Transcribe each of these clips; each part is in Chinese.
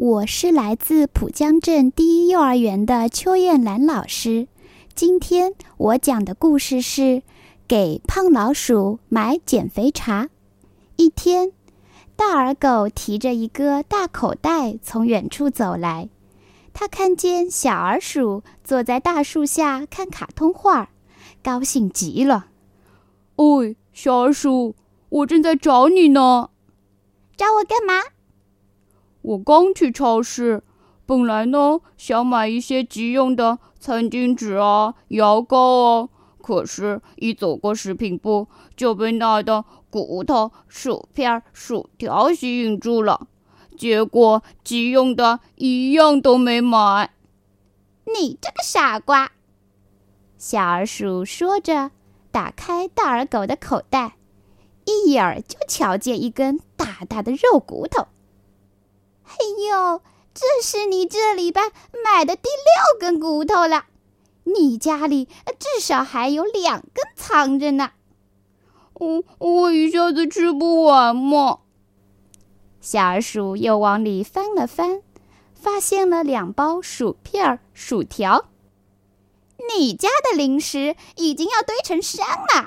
我是来自浦江镇第一幼儿园的邱燕兰老师。今天我讲的故事是给胖老鼠买减肥茶。一天，大耳狗提着一个大口袋从远处走来，他看见小耳鼠坐在大树下看卡通画，高兴极了。 喂，小耳鼠，我正在找你呢。 找我干嘛？ 我刚去超市，本来呢想买一些急用的餐巾纸啊、牙膏啊，可是一走过食品部，就被那的骨头、薯片、薯条吸引住了，结果急用的一样都没买。 你这个傻瓜！小耳鼠说着，打开大耳狗的口袋，一眼就瞧见一根大大的肉骨头。哎呦，这是你这礼拜买的第6根骨头了，你家里至少还有2根藏着呢。 我一下子吃不完嘛。 小耳鼠又往里翻了翻，发现了2包薯片、薯条。你家的零食已经要堆成山了。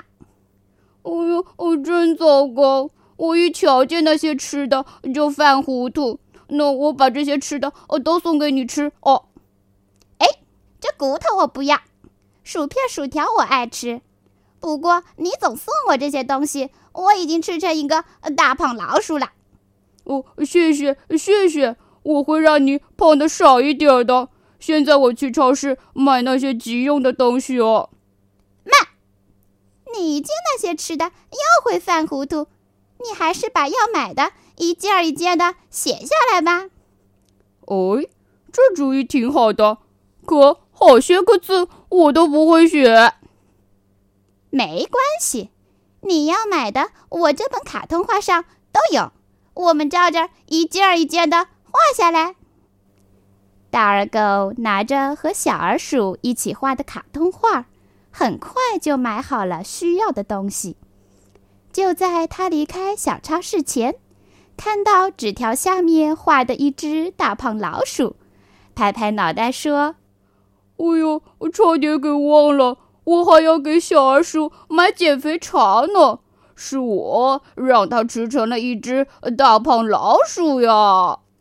真糟糕！我一瞧见那些吃的就犯糊涂。那我把这些吃的都送给你吃哦。 哎，这骨头我不要，薯片、薯条我爱吃。不过你总送我这些东西，我已经吃成一个大胖老鼠了。 谢谢，我会让你胖得少一点的。现在我去超市买那些急用的东西哦。 慢！你见那些吃的又会犯糊涂，你还是把要买的一件一件的写下来吧。 这主意挺好的，可好些个字我都不会写。 没关系，你要买的我这本卡通画上都有，我们照着一件一件的画下来。大耳狗拿着和小耳鼠一起画的卡通画，很快就买好了需要的东西。就在他离开小超市前，看到纸条下面画的一只大胖老鼠，拍拍脑袋说： 哎呦，我差点给忘了，我还要给小耳鼠买减肥茶呢，是我让它吃成了一只大胖老鼠呀。